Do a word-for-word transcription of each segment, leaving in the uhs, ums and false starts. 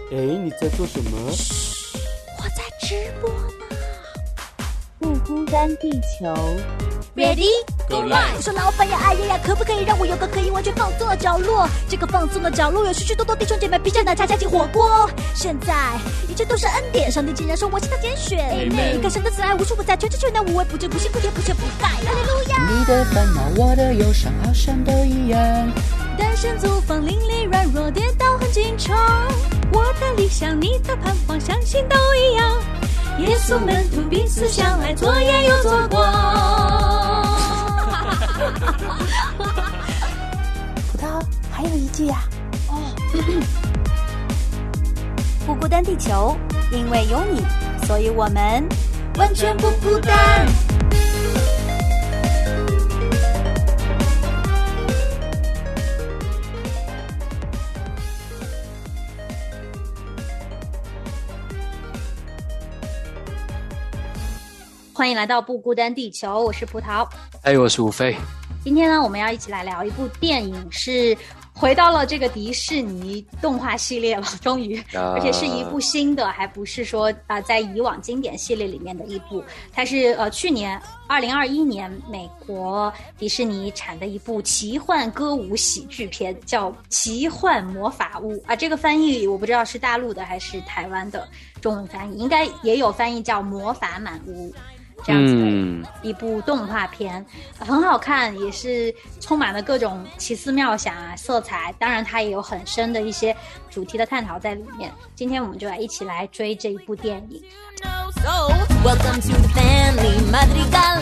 哎，你在做什么？ 嘘，我在直播呢。 不孤单地球 Ready Go live 我说老板呀，哎呀呀，可不可以让我有个可以完全放松的角落？这个放松的角落有许许多多弟兄姐妹披着奶茶加进火锅。现在一切都是恩典，上帝竟然说我是他拣选。 Amen 你看神的慈爱无处不在，全知全能无微不至，不辛不甜不缺不败。哈利路亚！ 你的烦恼，我的忧伤，好像都一样。 单身租房邻里软弱跌倒很紧张，我的理想你的盼望相信都一样，耶稣门徒彼此相爱，左眼又左光。 葡萄还有一句啊， 哦， 不孤单地球，因为有你，所以我们完全不孤单。欢迎来到不孤单地球，我是葡萄。 哎，我是吴飞。 今天呢，我们要一起来聊一部电影，是回到了这个迪士尼动画系列了，终于， 啊、 而且是一部新的，还不是说啊、呃、在以往经典系列里面的一部，它是呃去年二零二一年美国迪士尼产的一部奇幻歌舞喜剧片，叫《奇幻魔法屋》啊，这个翻译我不知道是大陆的还是台湾的中文翻译，应该也有翻译叫《魔法满屋》。这样子的一部动画片、嗯、很好看，也是充满了各种奇思妙想啊色彩，当然它也有很深的一些主题的探讨在里面。今天我们就来一起来追这一部电影。 So, welcome to the family Madrigal,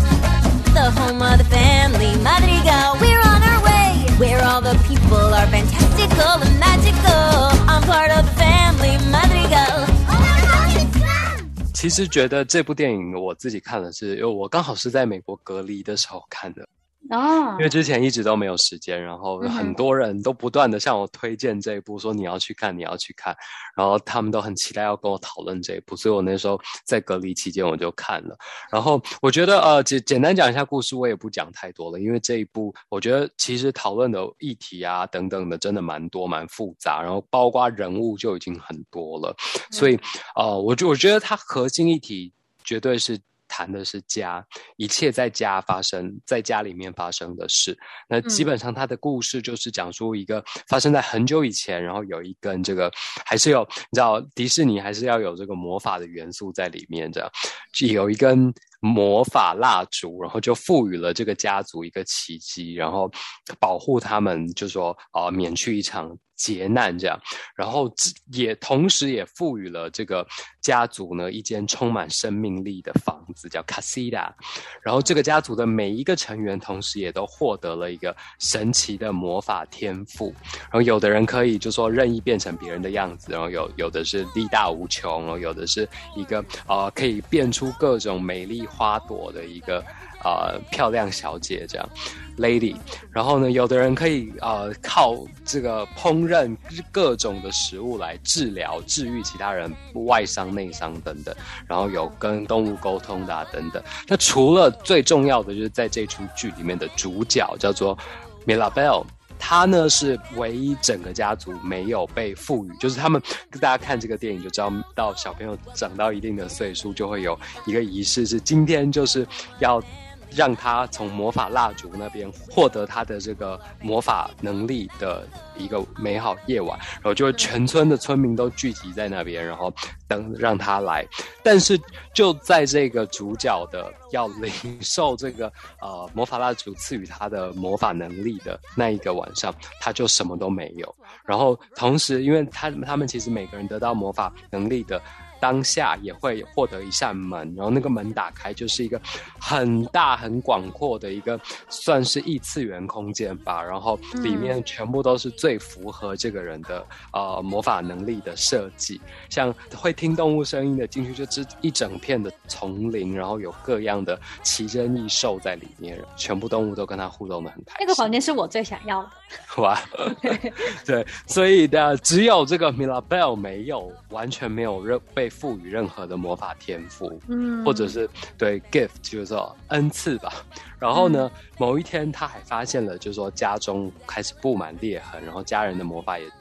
the home of the family Madrigal. We're on our way, where all the people are fantastical and magical. I'm part of the family Madrigal. 其实觉得这部电影我自己看的是，因为我刚好是在美国隔离的时候看的。 哦， 因为之前一直都没有时间，然后很多人都不断的向我推荐这一部，说你要去看你要去看，然后他们都很期待要跟我讨论这一部，所以我那时候在隔离期间我就看了。然后我觉得呃简简单讲一下故事，我也不讲太多了，因为这一部我觉得其实讨论的议题啊等等的真的蛮多蛮复杂，然后包括人物就已经很多了，所以呃我我觉得它核心议题绝对是谈的是家，一切在家发生，在家里面发生的事。那基本上他的故事就是讲述一个发生在很久以前，然后有一根这个还是有你知道迪士尼还是要有这个魔法的元素在里面，这样有一根魔法蜡烛，然后就赋予了这个家族一个奇迹，然后保护他们，就说呃免去一场劫难这样，然后也同时也赋予了这个家族呢一间充满生命力的房子，叫 Casita。然后这个家族的每一个成员同时也都获得了一个神奇的魔法天赋，然后有的人可以就说任意变成别人的样子，然后有有的是力大无穷，然后有的是一个呃可以变出各种美丽花朵的一个呃漂亮小姐这样 lady。 然后呢有的人可以呃靠这个烹饪各种的食物来治疗治愈其他人外伤内伤等等，然后有跟动物沟通的啊等等。那除了最重要的就是在这出剧里面的主角叫做 Mirabel，他呢是唯一整个家族没有被赋予，就是他们大家看这个电影就知道，到小朋友长到一定的岁数就会有一个仪式，是今天就是要让他从魔法蜡烛那边获得他的这个魔法能力的一个美好夜晚，然后就会全村的村民都聚集在那边，然后等让他来。但是就在这个主角的要领受这个呃魔法蜡烛赐予他的魔法能力的那一个晚上，他就什么都没有。然后同时因为他他们其实每个人得到魔法能力的当下也会获得一扇门，然后那个门打开就是一个很大很广阔的一个算是异次元空间吧，然后里面全部都是最符合这个人的呃魔法能力的设计，像会听动物声音的进去就是一整片的丛林，然后有各样的奇珍异兽在里面，全部动物都跟他互动的很开心。 那个房间是我最想要的。 哇对，所以的只有这个 Mirabel 没有完全没有被赋予任何的魔法天赋，嗯，或者是对 gift 就是说恩赐吧。然后呢、嗯、某一天他还发现了就是说家中开始布满裂痕，然后家人的魔法也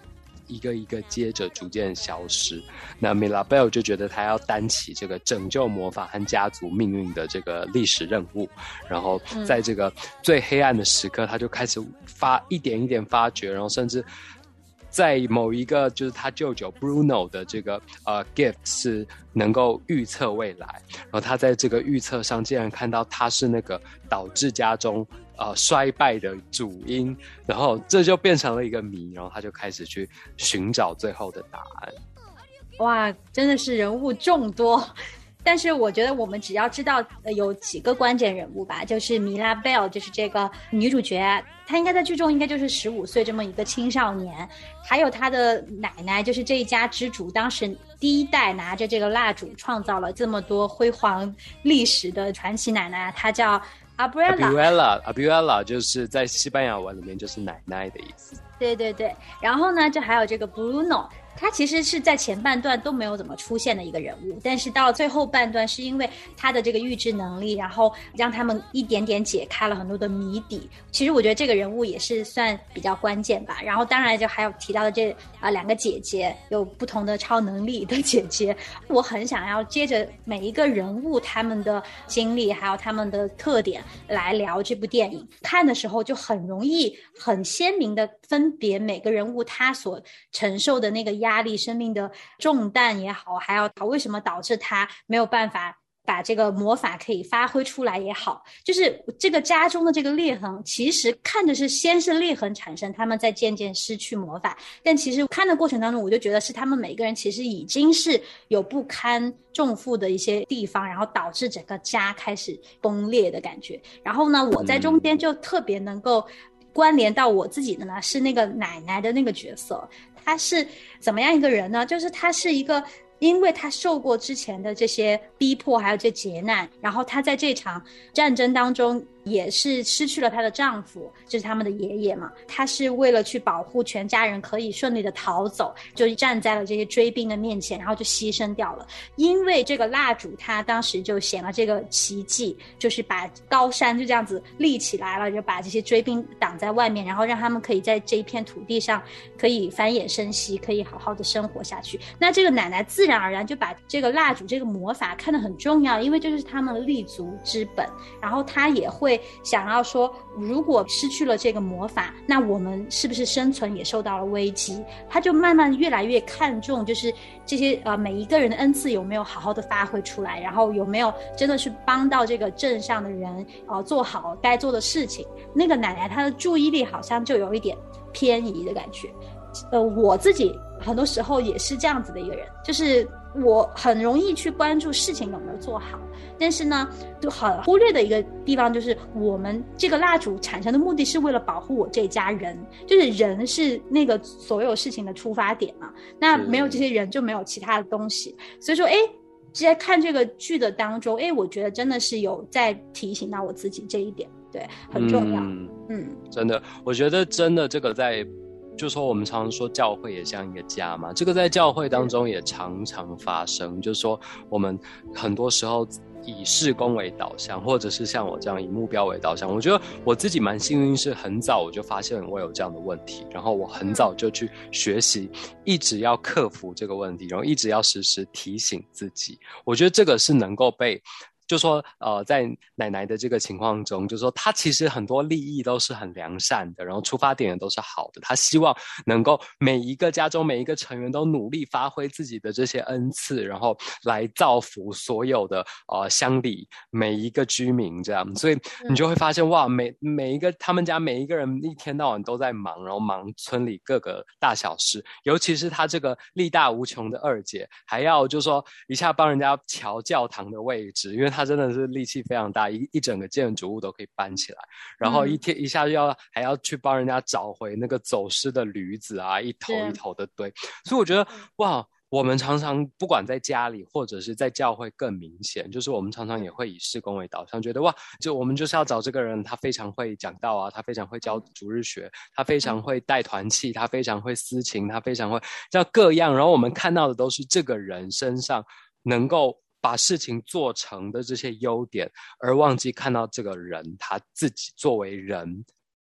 一个一个接着逐渐消失。那 Mirabel 就觉得他要担起这个拯救魔法和家族命运的这个历史任务，然后在这个最黑暗的时刻，他就开始发一点一点发掘，然后甚至在某一个就是他舅舅 Bruno 的这个呃 gift 是能够预测未来，然后他在这个预测上竟然看到他是那个导致家中呃衰败的主因，然后这就变成了一个谜，然后他就开始去寻找最后的答案。 哇，真的是人物众多。但是我觉得我们只要知道、呃、有几个关键人物吧，就是 Mirabel 就是这个女主角，她应该在剧中应该就是十五岁这么一个青少年，还有她的奶奶，就是这一家之主，当时第一代拿着这个蜡烛创造了这么多辉煌历史的传奇奶奶，她叫 Abuela Abuela Abuela 就是在西班牙文里面就是奶奶的意思。 对对对，然后呢就还有这个 Bruno，他其实是在前半段都没有怎么出现的一个人物，但是到最后半段是因为他的这个预知能力，然后让他们一点点解开了很多的谜底。其实我觉得这个人物也是算比较关键吧。然后当然就还有提到的这啊、呃、两个姐姐，有不同的超能力的姐姐。我很想要接着每一个人物他们的经历还有他们的特点来聊这部电影。看的时候就很容易很鲜明的分别每个人物他所承受的那个压力，生命的重担也好，还有为什么导致他没有办法把这个魔法可以发挥出来也好，就是这个家中的这个裂痕，其实看着是先是裂痕产生，他们在渐渐失去魔法，但其实看的过程当中，我就觉得是他们每个人其实已经是有不堪重负的一些地方，然后导致整个家开始崩裂的感觉。然后呢，我在中间就特别能够关联到我自己的呢，是那个奶奶的那个角色。她是怎么样一个人呢？就是她是一个，因为她受过之前的这些逼迫还有这劫难，然后她在这场战争当中也是失去了她的丈夫，就是他们的爷爷嘛。她是为了去保护全家人可以顺利的逃走，就站在了这些追兵的面前，然后就牺牲掉了。因为这个蜡烛她当时就显了这个奇迹，就是把高山就这样子立起来了，就把这些追兵挡在外面，然后让他们可以在这一片土地上可以繁衍生息，可以好好的生活下去。那这个奶奶自然而然就把这个蜡烛这个魔法看得很重要，因为这是他们立足之本，然后她也会想要说，如果失去了这个魔法，那我们是不是生存也受到了危机。他就慢慢越来越看重就是这些呃每一个人的恩赐有没有好好的发挥出来，然后有没有真的是帮到这个镇上的人呃做好该做的事情。那个奶奶她的注意力好像就有一点偏移的感觉。呃，我自己很多时候也是这样子的一个人，就是我很容易去关注事情有没有做好，但是呢就很忽略的一个地方就是我们这个蜡烛产生的目的是为了保护我这家人，就是人是那个所有事情的出发点嘛，那没有这些人就没有其他的东西。所以说诶在看这个剧的当中，诶我觉得真的是有在提醒到我自己这一点，对，很重要。 嗯, 嗯真的我觉得真的这个在就说我们常常说教会也像一个家嘛，这个在教会当中也常常发生，就是说我们很多时候以事工为导向，或者是像我这样以目标为导向。我觉得我自己蛮幸运，是很早我就发现我有这样的问题，然后我很早就去学习一直要克服这个问题，然后一直要时时提醒自己。我觉得这个是能够被就说呃，在奶奶的这个情况中，就说她其实很多利益都是很良善的，然后出发点也都是好的，她希望能够每一个家中每一个成员都努力发挥自己的这些恩赐，然后来造福所有的呃乡里每一个居民这样。所以你就会发现哇，每每一个他们家每一个人一天到晚都在忙，然后忙村里各个大小事，尤其是他这个力大无穷的二姐，还要就说一下帮人家瞧教堂的位置，因为他他真的是力气非常大，一一整个建筑物都可以搬起来，然后一天一下就要还要去帮人家找回那个走失的驴子啊，一头一头的堆。所以我觉得哇，我们常常不管在家里或者是在教会更明显，就是我们常常也会以事工为导向，觉得哇，就我们就是要找这个人，他非常会讲道啊，他非常会教主日学，他非常会带团契，他非常会司琴，他非常会叫各样，然后我们看到的都是这个人身上能够把事情做成的这些优点，而忘记看到这个人他自己作为人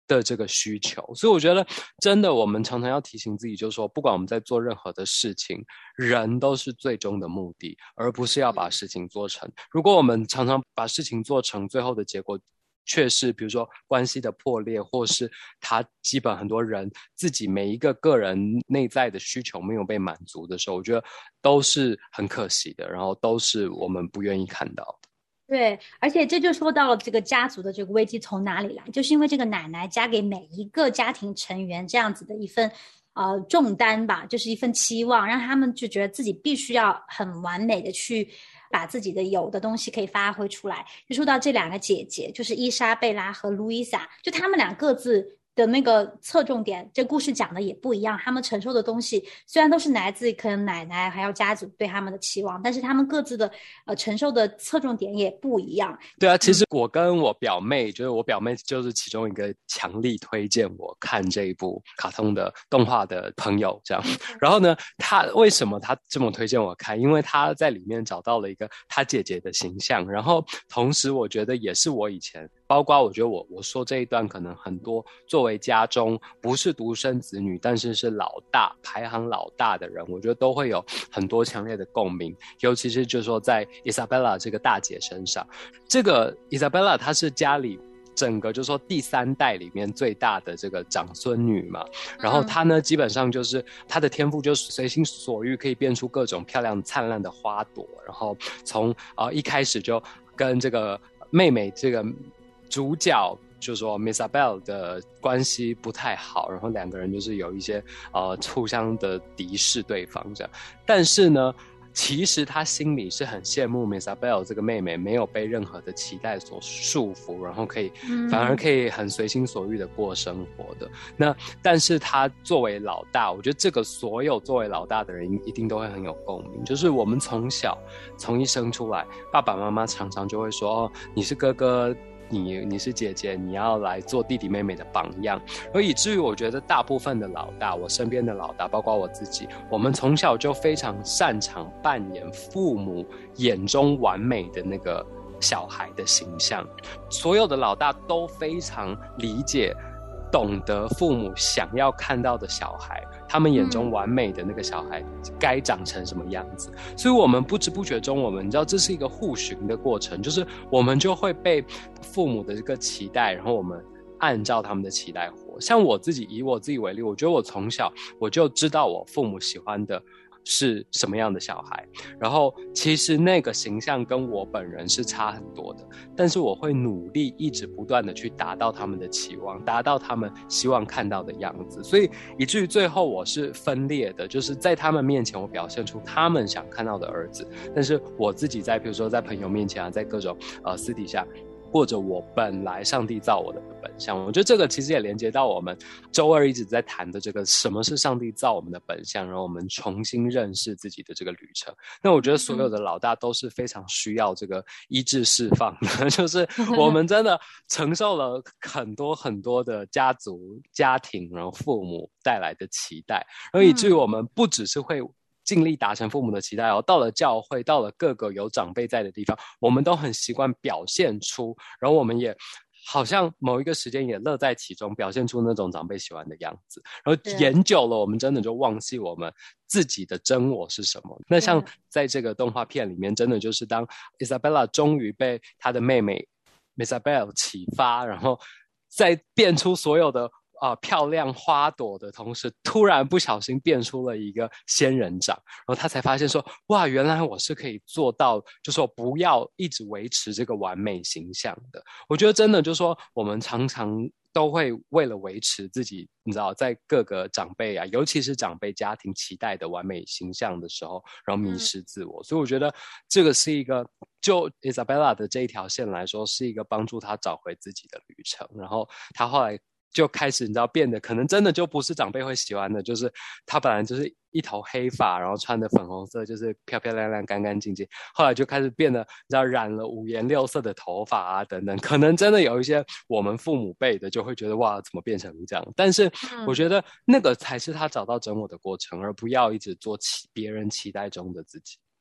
的这个需求。所以我觉得真的我们常常要提醒自己，就是说不管我们在做任何的事情，人都是最终的目的，而不是要把事情做成。如果我们常常把事情做成，最后的结果却是比如说关系的破裂，或是他基本很多人自己每一个个人内在的需求没有被满足的时候，我觉得都是很可惜的，然后都是我们不愿意看到的。 对，而且这就说到了这个家族的这个危机从哪里来，就是因为这个奶奶加给每一个家庭成员这样子的一份呃重担吧，就是一份期望，让他们就觉得自己必须要很完美的去把自己的有的东西可以发挥出来。就说到这两个姐姐，就是伊莎贝拉和路易莎，就她们俩各自的那个侧重点，这故事讲的也不一样，他们承受的东西虽然都是来自可能奶奶还有家族对他们的期望，但是他们各自的呃承受的侧重点也不一样。 对啊，其实我跟我表妹、嗯、就是我表妹就是其中一个强力推荐我看这一部卡通的动画的朋友这样。然后呢，她为什么她这么推荐我看？因为她在里面找到了一个她姐姐的形象，然后同时我觉得也是我以前包括我觉得我我说这一段可能很多作为家中不是独生子女但是是老大排行老大的人，我觉得都会有很多强烈的共鸣，尤其是就是说在 Isabella 这个大姐身上。这个 Isabella 她是家里整个就是说第三代里面最大的这个长孙女嘛，然后她呢基本上就是她的天赋就是随心所欲可以变出各种漂亮灿烂的花朵，然后从、呃、一开始就跟这个妹妹这个主角就是说 Isabel 的关系不太好，然后两个人就是有一些呃互相的敌视对方这样。但是呢其实他心里是很羡慕 Isabel 这个妹妹没有被任何的期待所束缚，然后可以、嗯、反而可以很随心所欲的过生活的。那但是他作为老大，我觉得这个所有作为老大的人一定都会很有共鸣，就是我们从小从一生出来，爸爸妈妈常常就会说哦，你是哥哥，你你是姐姐，你要来做弟弟妹妹的榜样，而以至于我觉得大部分的老大，我身边的老大包括我自己，我们从小就非常擅长扮演父母眼中完美的那个小孩的形象。所有的老大都非常理解懂得父母想要看到的小孩，他们眼中完美的那个小孩该长成什么样子、嗯、所以我们不知不觉中，我们知道这是一个互寻的过程，就是我们就会被父母的这个期待，然后我们按照他们的期待活。像我自己以我自己为例，我觉得我从小我就知道我父母喜欢的是什么样的小孩，然后其实那个形象跟我本人是差很多的，但是我会努力一直不断的去达到他们的期望，达到他们希望看到的样子，所以以至于最后我是分裂的，就是在他们面前我表现出他们想看到的儿子，但是我自己在比如说在朋友面前啊，在各种呃私底下或者我本来上帝造我的本相。我觉得这个其实也连接到我们周二一直在谈的这个什么是上帝造我们的本相，然后我们重新认识自己的这个旅程。那我觉得所有的老大都是非常需要这个医治释放的就是我们真的承受了很多很多的家族家庭然后父母带来的期待，然后以至于我们不只是会尽力达成父母的期待哦，到了教会，到了各个有长辈在的地方，我们都很习惯表现出，然后我们也好像某一个时间也乐在其中，表现出那种长辈喜欢的样子，然后演久了我们真的就忘记我们自己的真我是什么。那像在这个动画片里面，真的就是当 Isabella 终于被她的妹妹 Isabel 启发，然后再变出所有的呃，漂亮花朵的同时，突然不小心变出了一个仙人掌，然后他才发现说，哇，原来我是可以做到，就是说不要一直维持这个完美形象的。我觉得真的就是说，我们常常都会为了维持自己，你知道，在各个长辈啊，尤其是长辈家庭期待的完美形象的时候，然后迷失自我。嗯、所以我觉得这个是一个，就 Isabella 的这一条线来说，是一个帮助他找回自己的旅程。然后他后来就开始你知道变得可能真的就不是长辈会喜欢的，就是他本来就是一头黑发，然后穿的粉红色，就是漂漂亮亮干干净净，后来就开始变得你知道染了五颜六色的头发啊等等，可能真的有一些我们父母辈的就会觉得哇怎么变成这样，但是我觉得那个才是他找到真我的过程，而不要一直做期别人期待中的自己。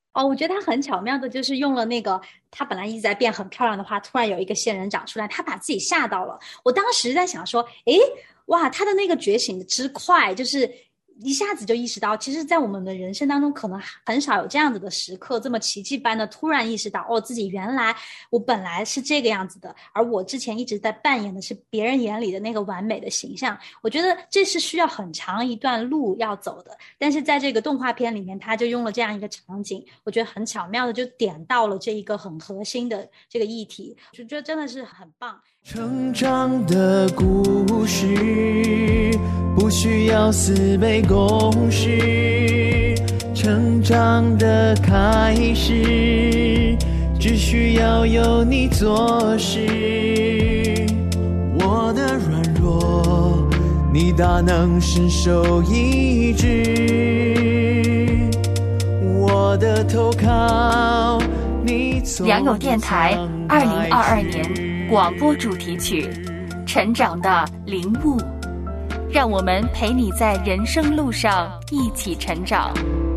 哦，我觉得他很巧妙的，就是用了那个他本来一直在变很漂亮的花，突然有一个仙人掌出来，他把自己吓到了。我当时在想说，诶，哇，他的那个觉醒之快，就是一下子就意识到，其实在我们的人生当中可能很少有这样子的时刻，这么奇迹般的突然意识到，哦，自己原来我本来是这个样子的，而我之前一直在扮演的是别人眼里的那个完美的形象。我觉得这是需要很长一段路要走的，但是在这个动画片里面他就用了这样一个场景，我觉得很巧妙的就点到了这一个很核心的这个议题，就觉得真的是很棒。 成长的故事不需要四倍公式，成长的开始只需要有你做事。我的软弱你大能伸手医治，我的投靠你从良友电台二零二二年广播主题曲《成长的领悟》，让我们陪你在人生路上一起成长。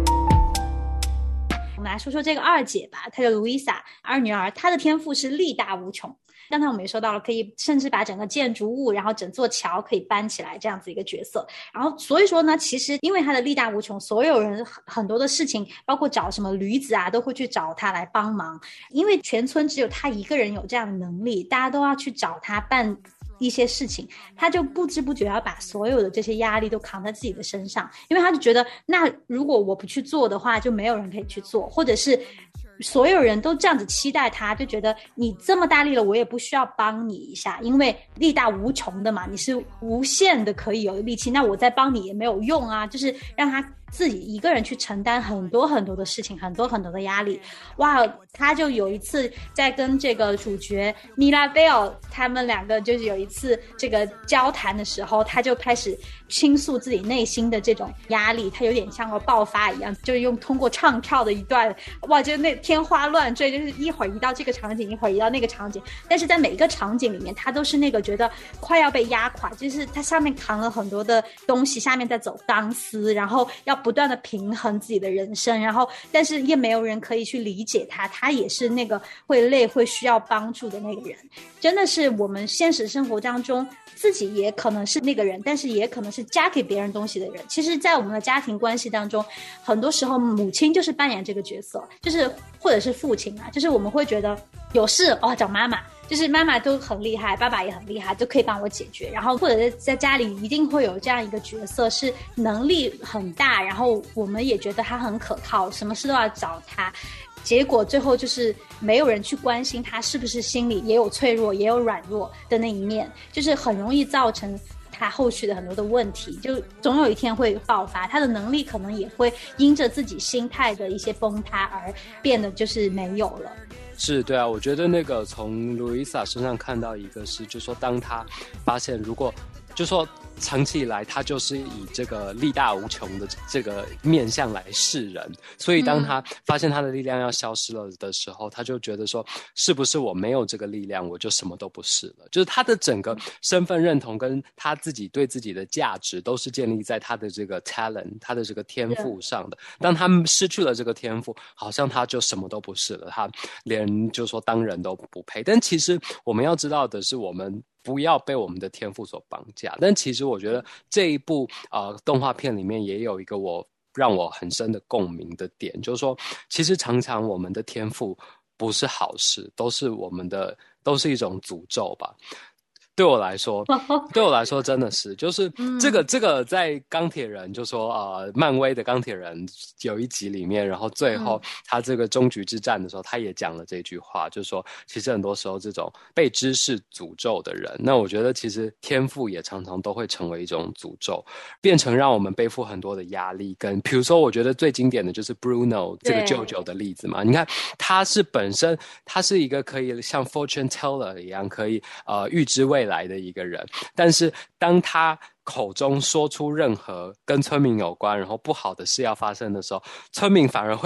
我们来说说这个二姐吧，她叫 Louisa 二女儿，她的天赋是力大无穷。刚才我们也说到了，可以甚至把整个建筑物，然后整座桥可以搬起来这样子一个角色。然后所以说呢，其实因为他的力大无穷，所有人很多的事情，包括找什么驴子啊，都会去找他来帮忙。因为全村只有他一个人有这样的能力，大家都要去找他办一些事情，他就不知不觉要把所有的这些压力都扛在自己的身上，因为他就觉得，那如果我不去做的话，就没有人可以去做，或者是所有人都这样子期待他，就觉得你这么大力了，我也不需要帮你一下，因为力大无穷的嘛，你是无限的可以有力气，那我再帮你也没有用啊，就是让他自己一个人去承担很多很多的事情，很多很多的压力。哇，他就有一次在跟这个主角米拉贝尔他们两个就是有一次这个交谈的时候，他就开始倾诉自己内心的这种压力，他有点像个爆发一样，就是用通过唱跳的一段，哇，就那天花乱坠，就是一会儿移到这个场景，一会儿移到那个场景，但是在每一个场景里面，他都是那个觉得快要被压垮，就是他上面扛了很多的东西，下面在走钢丝，然后要不断的平衡自己的人生，然后但是也没有人可以去理解他，他也是那个会累会需要帮助的那个人。真的是我们现实生活当中自己也可能是那个人，但是也可能是加给别人东西的人。其实在我们的家庭关系当中，很多时候母亲就是扮演这个角色，就是或者是父亲啊，就是我们会觉得有事哦找妈妈，就是妈妈都很厉害，爸爸也很厉害，都可以帮我解决。然后或者是在家里一定会有这样一个角色，是能力很大，然后我们也觉得他很可靠，什么事都要找他。结果最后就是没有人去关心他是不是心里也有脆弱也有软弱的那一面，就是很容易造成他后续的很多的问题，就总有一天会爆发，他的能力可能也会因着自己心态的一些崩塌而变得就是没有了。 是，对啊，我觉得那个从 Louisa 身上看到一个是，就是说当他发现如果就说长期以来他就是以这个力大无穷的这个面向来示人，所以当他发现他的力量要消失了的时候，他就觉得说是不是我没有这个力量我就什么都不是了，就是他的整个身份认同跟他自己对自己的价值都是建立在他的这个 talent 他的这个天赋上的。当他失去了这个天赋，好像他就什么都不是了，他连就说当人都不配。但其实我们要知道的是，我们不要被我们的天赋所绑架。但其实我觉得这一部呃动画片里面也有一个我让我很深的共鸣的点，就是说其实常常我们的天赋不是好事，都是我们的都是一种诅咒吧。对我来说对我来说真的是就是这个、嗯、这个在钢铁人就说呃漫威的钢铁人有一集里面，然后最后他这个终局之战的时候他也讲了这句话，就是说其实很多时候这种被知识诅咒的人，那我觉得其实天赋也常常都会成为一种诅咒，变成让我们背负很多的压力。跟比如说我觉得最经典的就是 Bruno 这个舅舅的例子嘛，你看他是本身他是一个可以像 fortune teller 一样可以呃预知未来来的一个人，但是当他口中说出任何跟村民有关然后不好的事要发生的时候，村民反而会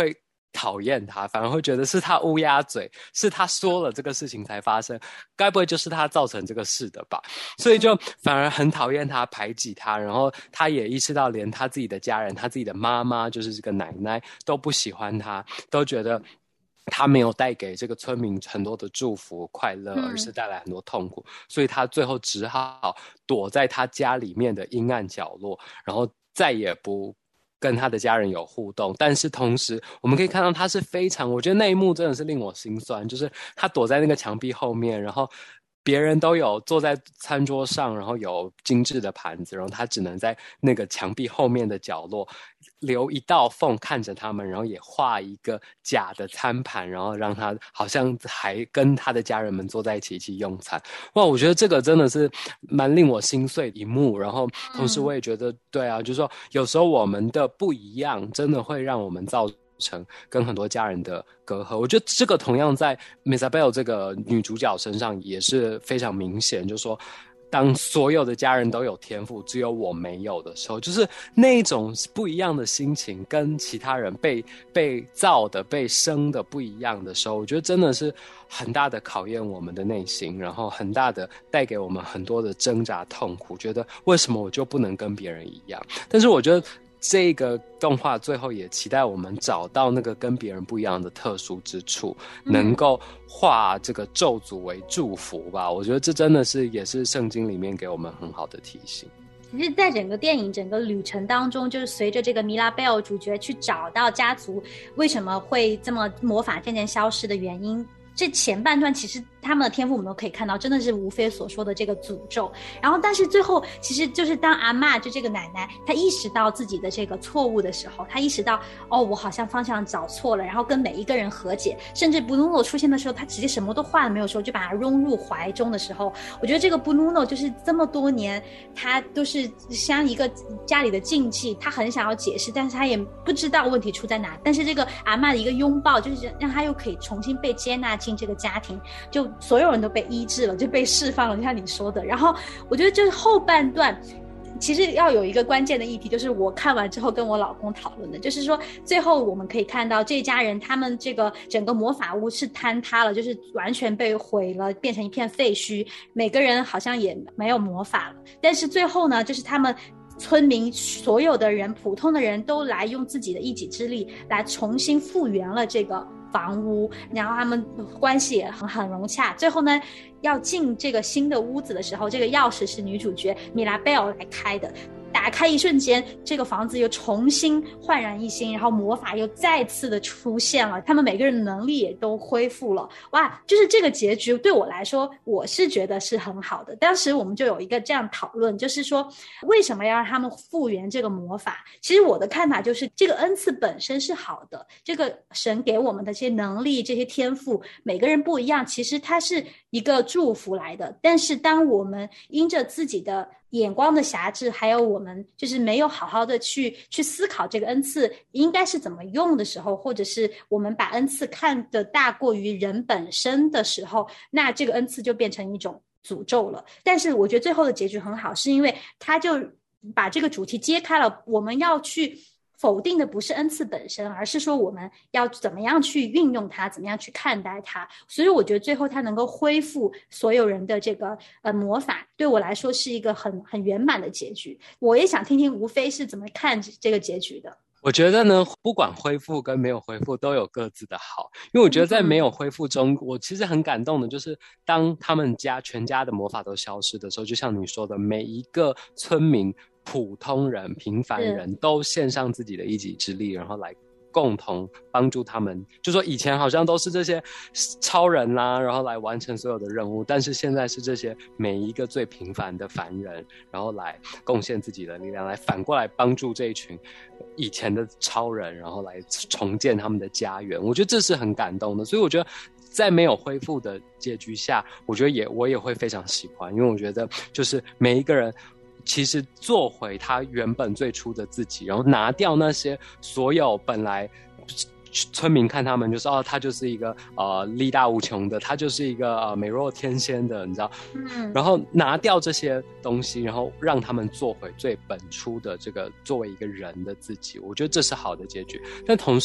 讨厌他，反而会觉得是他乌鸦嘴，是他说了这个事情才发生，该不会就是他造成这个事的吧？所以就反而很讨厌他，排挤他，然后他也意识到连他自己的家人，他自己的妈妈，就是这个奶奶都不喜欢他，都觉得他没有带给这个村民很多的祝福快乐，而是带来很多痛苦，嗯，所以他最后只好躲在他家里面的阴暗角落，然后再也不跟他的家人有互动。但是同时我们可以看到他是非常，我觉得那一幕真的是令我心酸，就是他躲在那个墙壁后面，然后别人都有坐在餐桌上，然后有精致的盘子，然后他只能在那个墙壁后面的角落留一道缝看着他们，然后也画一个假的餐盘，然后让他好像还跟他的家人们坐在一起一起用餐。哇，我觉得这个真的是蛮令我心碎的一幕。然后同时我也觉得，嗯，对啊，就是说有时候我们的不一样真的会让我们造成跟很多家人的隔阂。我觉得这个同样在 Mizabel 这个女主角身上也是非常明显，就是说当所有的家人都有天赋，只有我没有的时候，就是那种不一样的心情跟其他人被被造的被生的不一样的时候，我觉得真的是很大的考验我们的内心，然后很大的带给我们很多的挣扎痛苦，觉得为什么我就不能跟别人一样。但是我觉得这个动画最后也期待我们找到那个跟别人不一样的特殊之处，嗯，能够化这个咒诅为祝福吧。我觉得这真的是也是圣经里面给我们很好的提醒。 其实在整个电影整个旅程当中，就是随着这个米拉贝尔主角去找到家族为什么会这么魔法渐渐消失的原因，这前半段其实他们的天赋我们都可以看到，真的是无非所说的这个诅咒。然后但是最后其实就是当阿嬷就这个奶奶她意识到自己的这个错误的时候，她意识到哦我好像方向找错了，然后跟每一个人和解，甚至布鲁诺出现的时候她直接什么都话没有说就把他拥入怀中的时候，我觉得这个布鲁诺就是这么多年他都是像一个家里的禁忌，他很想要解释，但是他也不知道问题出在哪，但是这个阿嬷的一个拥抱就是让他又可以重新被接纳进这个家庭，就所有人都被医治了，就被释放了，就像你说的。然后我觉得这后半段其实要有一个关键的议题，就是我看完之后跟我老公讨论的，就是说最后我们可以看到这家人他们这个整个魔法屋是坍塌了，就是完全被毁了，变成一片废墟，每个人好像也没有魔法了。但是最后呢，就是他们村民所有的人普通的人都来用自己的一己之力来重新复原了这个房屋，然后他们关系也很很融洽。最后呢要进这个新的屋子的时候，这个钥匙是女主角米拉贝尔来开的，打开一瞬间这个房子又重新焕然一新，然后魔法又再次的出现了，他们每个人的能力也都恢复了。哇，就是这个结局对我来说我是觉得是很好的。当时我们就有一个这样讨论，就是说为什么要让他们复原这个魔法。其实我的看法就是这个恩赐本身是好的，这个神给我们的这些能力这些天赋每个人不一样，其实它是一个祝福来的。但是当我们因着自己的眼光的狭制，还有我们就是没有好好的去去思考这个恩赐应该是怎么用的时候，或者是我们把恩赐看得大过于人本身的时候，那这个恩赐就变成一种诅咒了。但是我觉得最后的结局很好，是因为他就把这个主题揭开了，我们要去否定的不是恩赐本身，而是说我们要怎么样去运用它，怎么样去看待它。所以我觉得最后它能够恢复所有人的这个呃魔法，对我来说是一个很很圆满的结局。我也想听听吴飞是怎么看这个结局的。 我觉得呢，不管恢复跟没有恢复都有各自的好，因为我觉得在没有恢复中，我其实很感动的就是当他们家全家的魔法都消失的时候，就像你说的，每一个村民普通人平凡人都献上自己的一己之力，然后来共同帮助他们。就说以前好像都是这些超人啦、啊，然后来完成所有的任务，但是现在是这些每一个最平凡的凡人，然后来贡献自己的力量，来反过来帮助这一群以前的超人，然后来重建他们的家园。我觉得这是很感动的，所以我觉得在没有恢复的结局下，我觉得也我也会非常喜欢，因为我觉得就是每一个人其实做回他原本最初的自己，然后拿掉那些所有本来村民看他们就是哦，他就是一个呃力大无穷的，他就是一个呃美若天仙的，你知道，嗯，然后拿掉这些东西，然后让他们做回最本初的这个作为一个人的自己，我觉得这是好的结局。但同时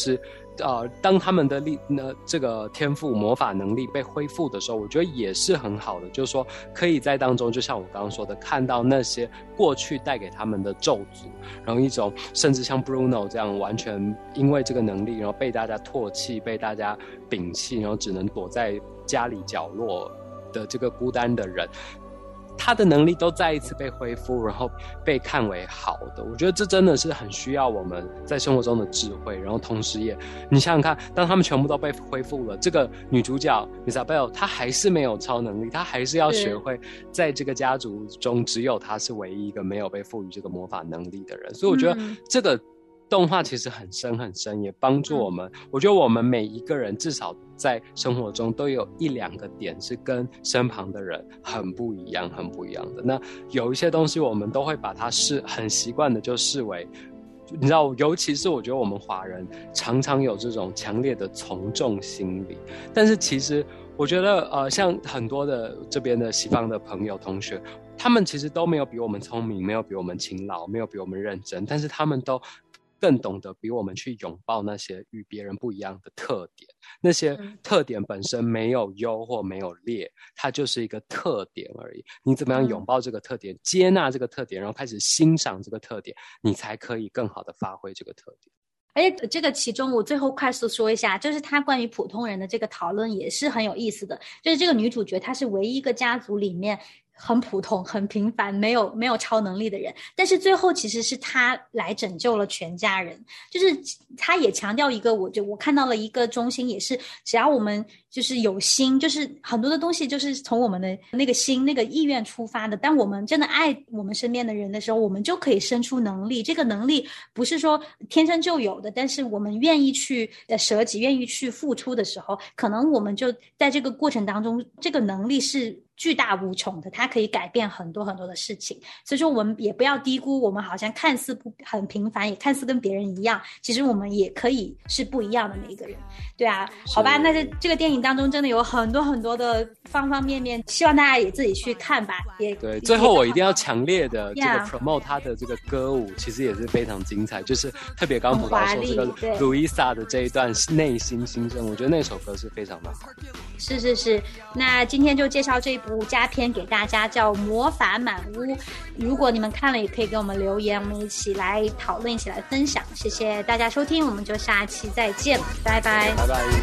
呃，当他们的力呢这个天赋魔法能力被恢复的时候，我觉得也是很好的，就是说可以在当中，就像我刚刚说的，看到那些过去带给他们的咒诅，然后一种甚至像 Bruno 这样完全因为这个能力，然后被大家唾弃，被大家摒弃，然后只能躲在家里角落的这个孤单的人，他的能力都再一次被恢复，然后被看为好的。我觉得这真的是很需要我们在生活中的智慧，然后同时也你想想看，当他们全部都被恢复了，这个女主角 Isabel 她还是没有超能力，她还是要学会在这个家族中只有她是唯一一个没有被赋予这个魔法能力的人。所以我觉得这个动画其实很深很深，也帮助我们、嗯、我觉得我们每一个人至少在生活中都有一两个点是跟身旁的人很不一样很不一样的。那有一些东西我们都会把它视很习惯的就视为，你知道，尤其是我觉得我们华人常常有这种强烈的从众心理，但是其实我觉得呃，像很多的这边的西方的朋友同学，他们其实都没有比我们聪明，没有比我们勤劳，没有比我们认真，但是他们都更懂得比我们去拥抱那些与别人不一样的特点。那些特点本身没有优或没有劣，它就是一个特点而已。你怎么样拥抱这个特点，接纳这个特点，然后开始欣赏这个特点，你才可以更好的发挥这个特点。 而且这个其中我最后快速说一下，就是他关于普通人的这个讨论也是很有意思的。就是这个女主角她是唯一一个家族里面很普通很平凡没有没有超能力的人，但是最后其实是他来拯救了全家人。就是他也强调一个，我就我看到了一个中心，也是只要我们就是有心，就是很多的东西就是从我们的那个心那个意愿出发的。当我们真的爱我们身边的人的时候，我们就可以生出能力。这个能力不是说天生就有的，但是我们愿意去舍己愿意去付出的时候，可能我们就在这个过程当中，这个能力是巨大无穷的，它可以改变很多很多的事情。所以说我们也不要低估，我们好像看似不很平凡，也看似跟别人一样，其实我们也可以是不一样的那一个人。对啊，好吧，那这个电影当中真的有很多很多的方方面面，希望大家也自己去看吧。也对，最后我一定要强烈的这个 promote 他的这个歌舞，其实也是非常精彩，就是特别刚刚普导说这个 Louisa 的这一段内心心声，我觉得那首歌是非常的好。 是是是，那今天就介绍这一部佳片给大家，叫《魔法满屋》。如果你们看了，也可以给我们留言，我们一起来讨论，一起来分享。谢谢大家收听，我们就下期再见，拜拜， 拜拜。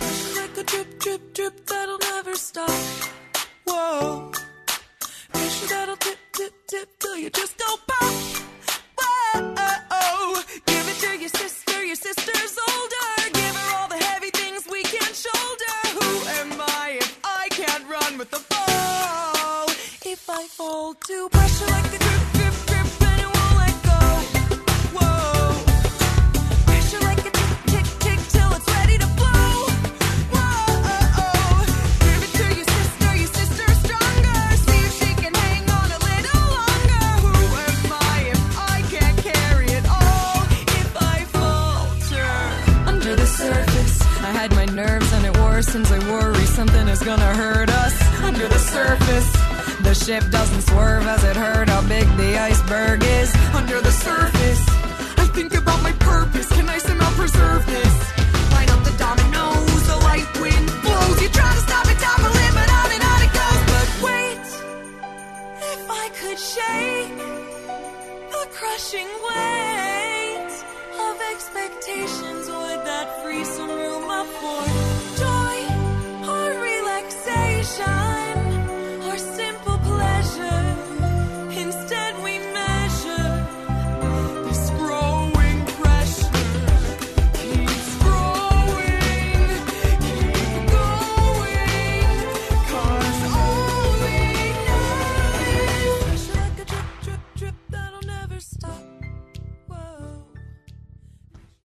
I fall to pressure like a drip, drip, drip, and it won't let go. Whoa, pressure like a tick, tick, tick till it's ready to blow. Whoa, give it to your sister, your sister's stronger. See if she can hang on a little longer. Who am I if I can't carry it all? If I falter under the surface, I hide my nerves and it worsens. I worry something is gonna hurt us under the surface. The ship doesn't swerve as it hurt how big the iceberg is under the surface. I think about my purpose. Can I somehow preserve this? Line up the dominoes, the light wind blows. You try to stop it, time to live, but on and on it goes. But wait, if I could shake the crushing wave.